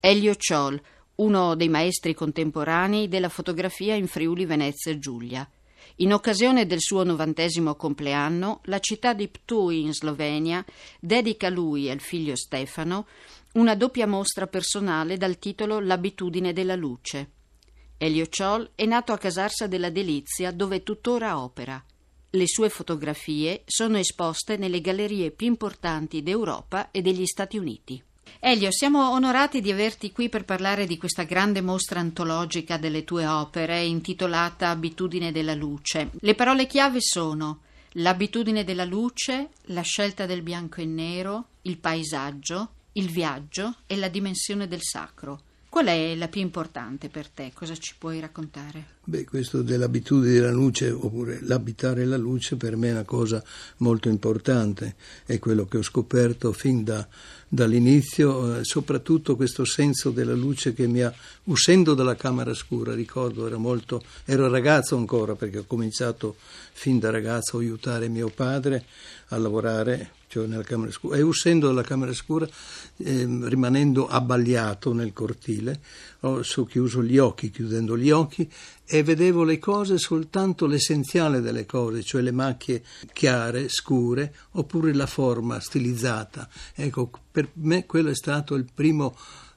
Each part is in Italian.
Elio Ciol, uno dei maestri contemporanei della fotografia in Friuli Venezia Giulia. In occasione del suo 90° compleanno, la città di Ptuj in Slovenia dedica a lui e al figlio Stefano una doppia mostra personale dal titolo L'abitudine della luce. Elio Ciol è nato a Casarsa della Delizia, dove tuttora opera. Le sue fotografie sono esposte nelle gallerie più importanti d'Europa e degli Stati Uniti. Elio, siamo onorati di averti qui per parlare di questa grande mostra antologica delle tue opere intitolata Abitudine della luce. Le parole chiave sono l'abitudine della luce, la scelta del bianco e nero, il paesaggio, il viaggio e la dimensione del sacro. Qual è la più importante per te? Cosa ci puoi raccontare? Questo dell'abitudine della luce, oppure l'abitare la luce, per me è una cosa molto importante. È quello che ho scoperto fin dall'inizio, soprattutto questo senso della luce che mi ha, uscendo dalla camera scura, ricordo, ero ragazzo ancora, perché ho cominciato fin da ragazzo a aiutare mio padre a lavorare, cioè nella camera scura, e uscendo dalla camera scura, rimanendo abbagliato nel cortile, ho socchiuso gli occhi, chiudendo gli occhi, e vedevo le cose, soltanto l'essenziale delle cose, cioè le macchie chiare, scure, oppure la forma stilizzata. Ecco, per me quello è stato il primo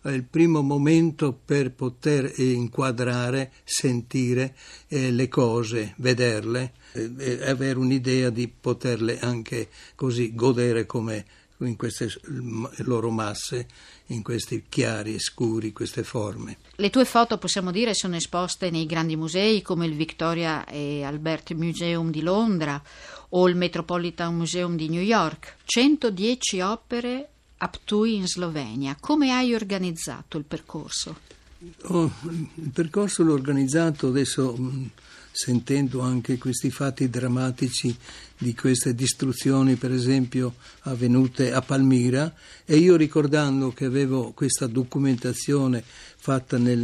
momento per poter inquadrare, sentire le cose, vederle, e avere un'idea di poterle anche così godere come in queste loro masse, in questi chiari e scuri, queste forme. Le tue foto, possiamo dire, sono esposte nei grandi musei come il Victoria e Albert Museum di Londra o il Metropolitan Museum di New York. 110 opere a Ptuj in Slovenia. Come hai organizzato il percorso? Il percorso l'ho organizzato adesso, sentendo anche questi fatti drammatici di queste distruzioni, per esempio avvenute a Palmira, e io, ricordando che avevo questa documentazione fatta nel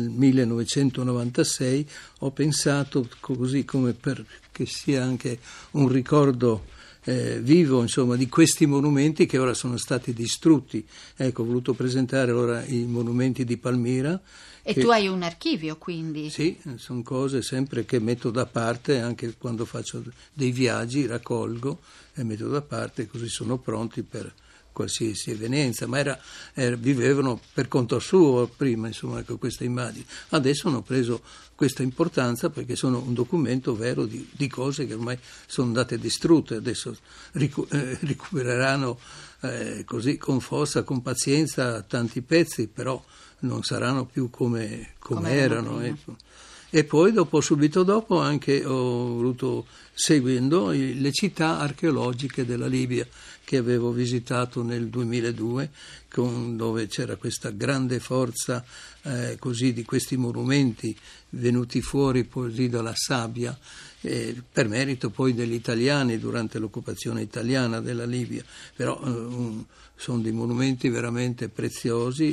1996, ho pensato, così come che sia anche un ricordo vivo, insomma, di questi monumenti che ora sono stati distrutti. Ecco, ho voluto presentare allora i monumenti di Palmira. E tu hai un archivio, quindi? Sì, sono cose sempre che metto da parte, anche quando faccio dei viaggi, raccolgo e metto da parte, così sono pronti per qualsiasi evenienza. Ma vivevano per conto suo prima, insomma, ecco, queste immagini. Adesso hanno preso questa importanza perché sono un documento vero di cose che ormai sono andate distrutte. Adesso recupereranno così con forza, con pazienza, tanti pezzi, però non saranno più come erano, ecco. E poi subito dopo anche ho voluto, seguendo le città archeologiche della Libia che avevo visitato nel 2002, dove c'era questa grande forza così di questi monumenti venuti fuori così dalla sabbia, per merito poi degli italiani durante l'occupazione italiana della Libia. Però sono dei monumenti veramente preziosi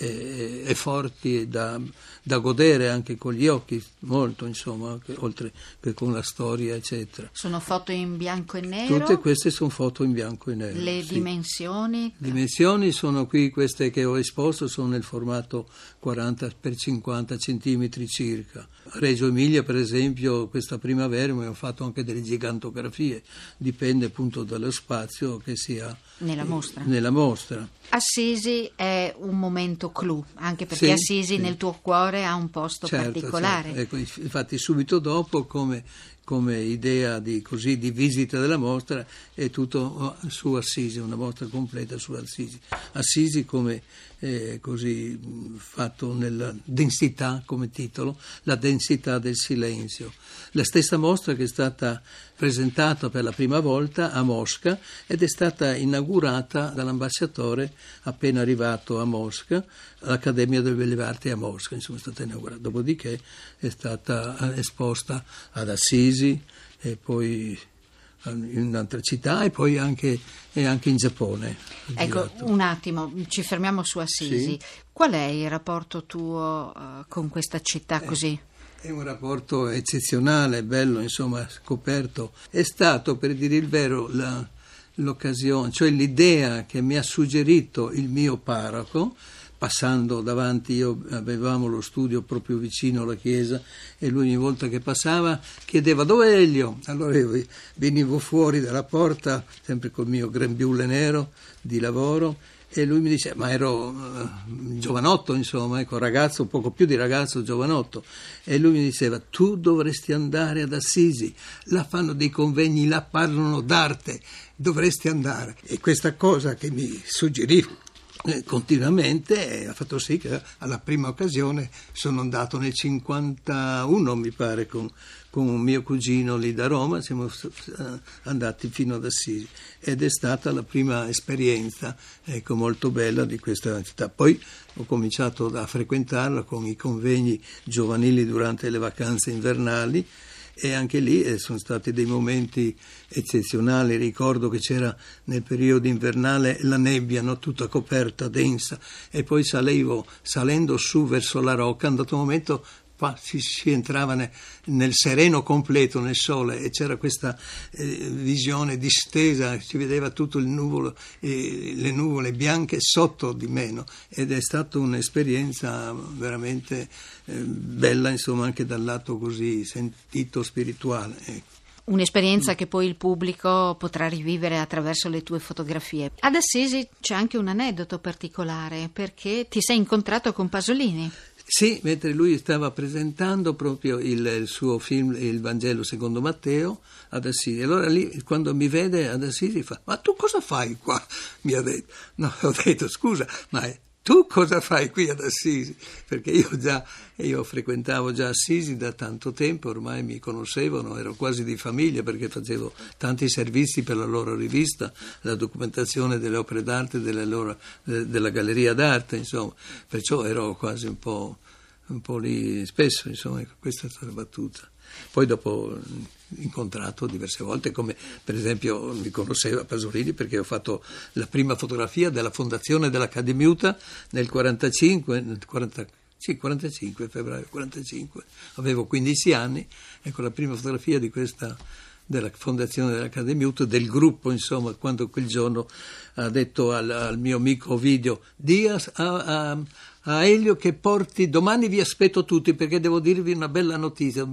e forti da godere anche con gli occhi, molto, insomma, oltre che con la storia, eccetera. Sono foto in bianco e nero? Tutte queste sono foto in bianco e nero. Le sì. dimensioni? Le dimensioni sono qui, queste che ho esposto sono nel formato 40 x 50 centimetri circa. A Reggio Emilia, per esempio, questa primavera mi ho fatto anche delle gigantografie, dipende appunto dallo spazio che sia nella mostra. Assisi è un momento clou, anche perché Assisi nel tuo cuore ha un posto particolare. Certo. Ecco, infatti subito dopo, come idea di visita della mostra, è tutto su Assisi, una mostra completa su Assisi. Assisi come così fatto nella densità, come titolo, la densità del silenzio. La stessa mostra che è stata presentata per la prima volta a Mosca ed è stata inaugurata dall'ambasciatore appena arrivato a Mosca, all'Accademia delle Belle Arti a Mosca, insomma è stata inaugurata. Dopodiché è stata esposta ad Assisi e poi in un'altra città e poi anche in Giappone. Ecco, un attimo, ci fermiamo su Assisi. Sì. Qual è il rapporto tuo con questa città così? È un rapporto eccezionale, bello, insomma, scoperto. È stato, per dire il vero, l'occasione, cioè l'idea che mi ha suggerito il mio parroco passando davanti, avevamo lo studio proprio vicino alla chiesa, e lui ogni volta che passava chiedeva: dov'è Elio? Allora io venivo fuori dalla porta, sempre col mio grembiule nero di lavoro, e lui mi dice, ma ero giovanotto, insomma, ecco, ragazzo, poco più di ragazzo, giovanotto, e lui mi diceva: tu dovresti andare ad Assisi, là fanno dei convegni, là parlano d'arte, dovresti andare. E questa cosa che mi suggeriva continuamente ha fatto sì che alla prima occasione sono andato nel 51, mi pare, con un mio cugino lì da Roma, siamo andati fino ad Assisi, ed è stata la prima esperienza, ecco, molto bella di questa città. Poi ho cominciato a frequentarla con i convegni giovanili durante le vacanze invernali, e anche lì sono stati dei momenti eccezionali. Ricordo che c'era nel periodo invernale la nebbia, no? Tutta coperta, densa, e poi salendo su verso la rocca, a un dato momento si entrava nel sereno completo, nel sole, e c'era questa visione distesa, si vedeva tutto il nuvolo, le nuvole bianche sotto di meno, ed è stata un'esperienza veramente bella, insomma, anche dal lato così sentito spirituale, ecco. Un'esperienza che poi il pubblico potrà rivivere attraverso le tue fotografie. Ad Assisi c'è anche un aneddoto particolare, perché ti sei incontrato con Pasolini. Sì, mentre lui stava presentando proprio il suo film Il Vangelo secondo Matteo ad Assisi. Allora lì, quando mi vede ad Assisi, fa: ma tu cosa fai qua? Mi ha detto. No, ho detto: scusa, ma tu cosa fai qui ad Assisi? Perché io frequentavo già Assisi da tanto tempo, ormai mi conoscevano, ero quasi di famiglia, perché facevo tanti servizi per la loro rivista, la documentazione delle opere d'arte della galleria d'arte, insomma, perciò ero quasi un po' lì spesso, insomma, ecco, questa è stata la battuta. Poi dopo incontrato diverse volte, come per esempio mi conosceva Pasolini perché ho fatto la prima fotografia della fondazione dell'Accademiuta nel 45, febbraio 45, avevo 15 anni, ecco la prima fotografia della fondazione dell'Accademiuta, del gruppo, insomma, quando quel giorno ha detto al mio amico Ovidio: di a Elio che porti, domani vi aspetto tutti perché devo dirvi una bella notizia,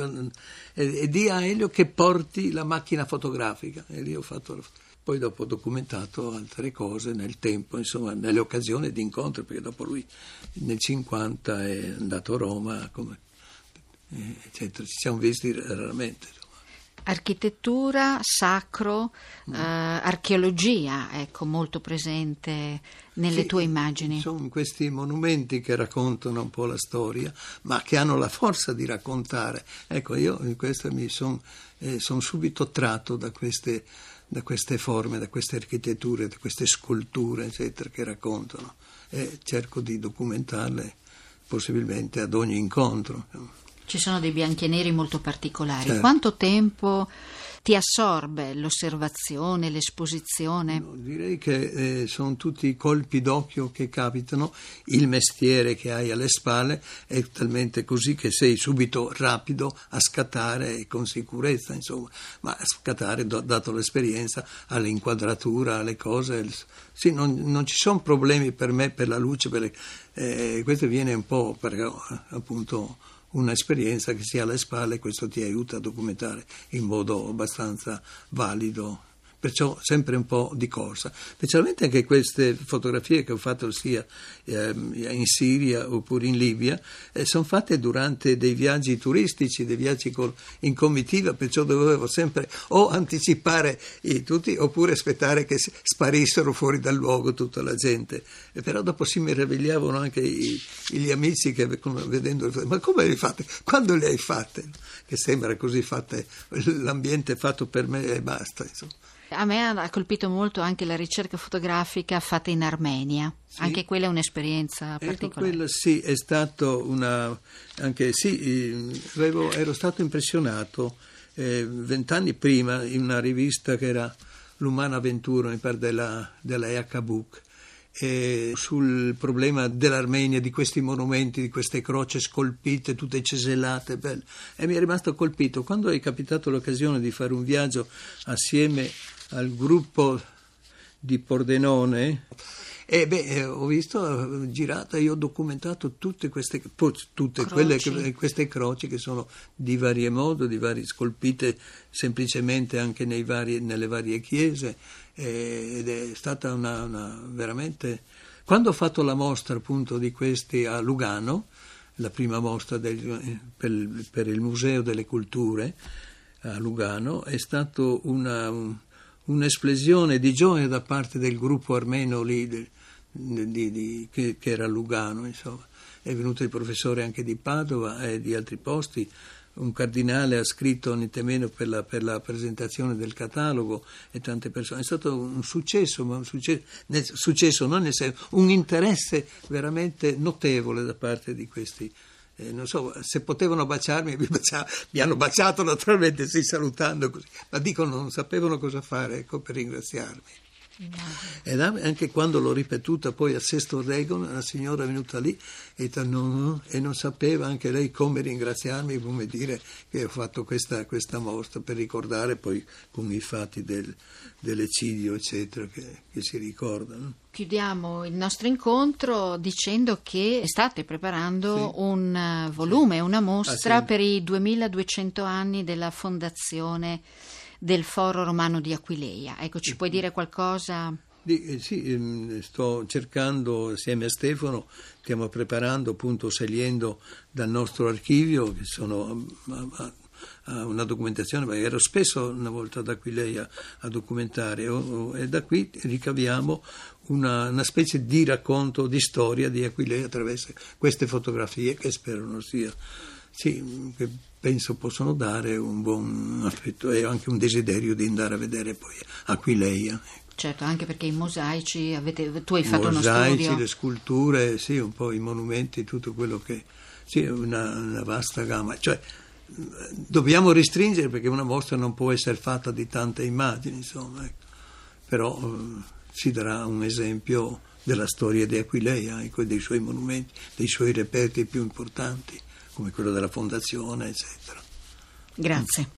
e di a Elio che porti la macchina fotografica. E lì ho fatto, poi dopo ho documentato altre cose nel tempo, insomma, nelle occasioni di incontro, perché dopo lui nel 50 è andato a Roma, eccetera, ci siamo visti raramente. Architettura, sacro, archeologia, ecco, molto presente nelle tue immagini. Sono questi monumenti che raccontano un po' la storia, ma che hanno la forza di raccontare. Ecco, io in questo mi sono subito tratto da queste forme, da queste architetture, da queste sculture, eccetera, che raccontano, e cerco di documentarle possibilmente ad ogni incontro. Ci sono dei bianchi e neri molto particolari. Certo. Quanto tempo ti assorbe l'osservazione, l'esposizione? No, direi che sono tutti colpi d'occhio che capitano. Il mestiere che hai alle spalle è talmente così che sei subito rapido a scattare, e con sicurezza, insomma, ma a scattare, dato l'esperienza, all'inquadratura, alle cose. Sì, non ci sono problemi per me per la luce, questo viene un po' perché appunto un'esperienza che si ha alle spalle, questo ti aiuta a documentare in modo abbastanza valido, perciò sempre un po' di corsa, specialmente anche queste fotografie che ho fatto sia in Siria oppure in Libia, sono fatte durante dei viaggi turistici, dei viaggi in comitiva, perciò dovevo sempre o anticipare tutti oppure aspettare che sparissero fuori dal luogo tutta la gente, però dopo si meravigliavano anche gli amici che vedendo, ma come le hai fatte? Quando le hai fatte? Che sembra così fatte, l'ambiente è fatto per me e basta, insomma. A me ha colpito molto anche la ricerca fotografica fatta in Armenia, sì. Anche quella è un'esperienza particolare. Ecco, quella sì, è stato ero stato impressionato 20 anni prima in una rivista che era l'Umana Avventura, mi pare della Yakabuk, sul problema dell'Armenia, di questi monumenti, di queste croci scolpite, tutte cesellate, belle. E mi è rimasto colpito quando è capitato l'occasione di fare un viaggio assieme al gruppo di Pordenone, Ho visto, ho girato e ho documentato tutte queste queste croci che sono di varie modi, scolpite semplicemente anche nelle varie chiese, ed è stata una veramente. Quando ho fatto la mostra appunto di questi a Lugano, la prima mostra per il Museo delle Culture a Lugano, è stato un'esplosione di gioia da parte del gruppo armeno lì che era a Lugano, insomma. È venuto il professore anche di Padova e di altri posti, un cardinale ha scritto niente meno per la presentazione del catalogo, e tante persone. È stato un successo, ma un successo non nel senso, un interesse veramente notevole da parte di questi. Non so se potevano baciarmi, mi hanno baciato naturalmente, sì, salutando così, ma dicono non sapevano cosa fare, ecco, per ringraziarmi. Ed anche quando l'ho ripetuta poi a Sesto Orregon, la signora è venuta lì e non sapeva anche lei come ringraziarmi, come dire che ho fatto questa mostra per ricordare poi con i fatti dell'eccidio eccetera che si ricordano. Chiudiamo il nostro incontro dicendo che state preparando un volume, una mostra per i 2200 anni della fondazione del Foro Romano di Aquileia. Ecco, ci puoi dire qualcosa? Sì, sto cercando assieme a Stefano, stiamo preparando appunto, scegliendo dal nostro archivio, che sono una documentazione, perché ero spesso una volta ad Aquileia a documentare, e da qui ricaviamo una specie di racconto di storia di Aquileia attraverso queste fotografie che spero non sia. Sì, che penso possono dare un buon affetto e anche un desiderio di andare a vedere poi Aquileia. Certo, anche perché i mosaici tu hai fatto uno studio. Mosaici, le sculture, sì, un po' i monumenti, tutto quello che. Sì, una vasta gamma. Cioè, dobbiamo restringere perché una mostra non può essere fatta di tante immagini, insomma, ecco. Però ci darà un esempio della storia di Aquileia, ecco, dei suoi monumenti, dei suoi reperti più importanti, come quello della fondazione, eccetera. Grazie.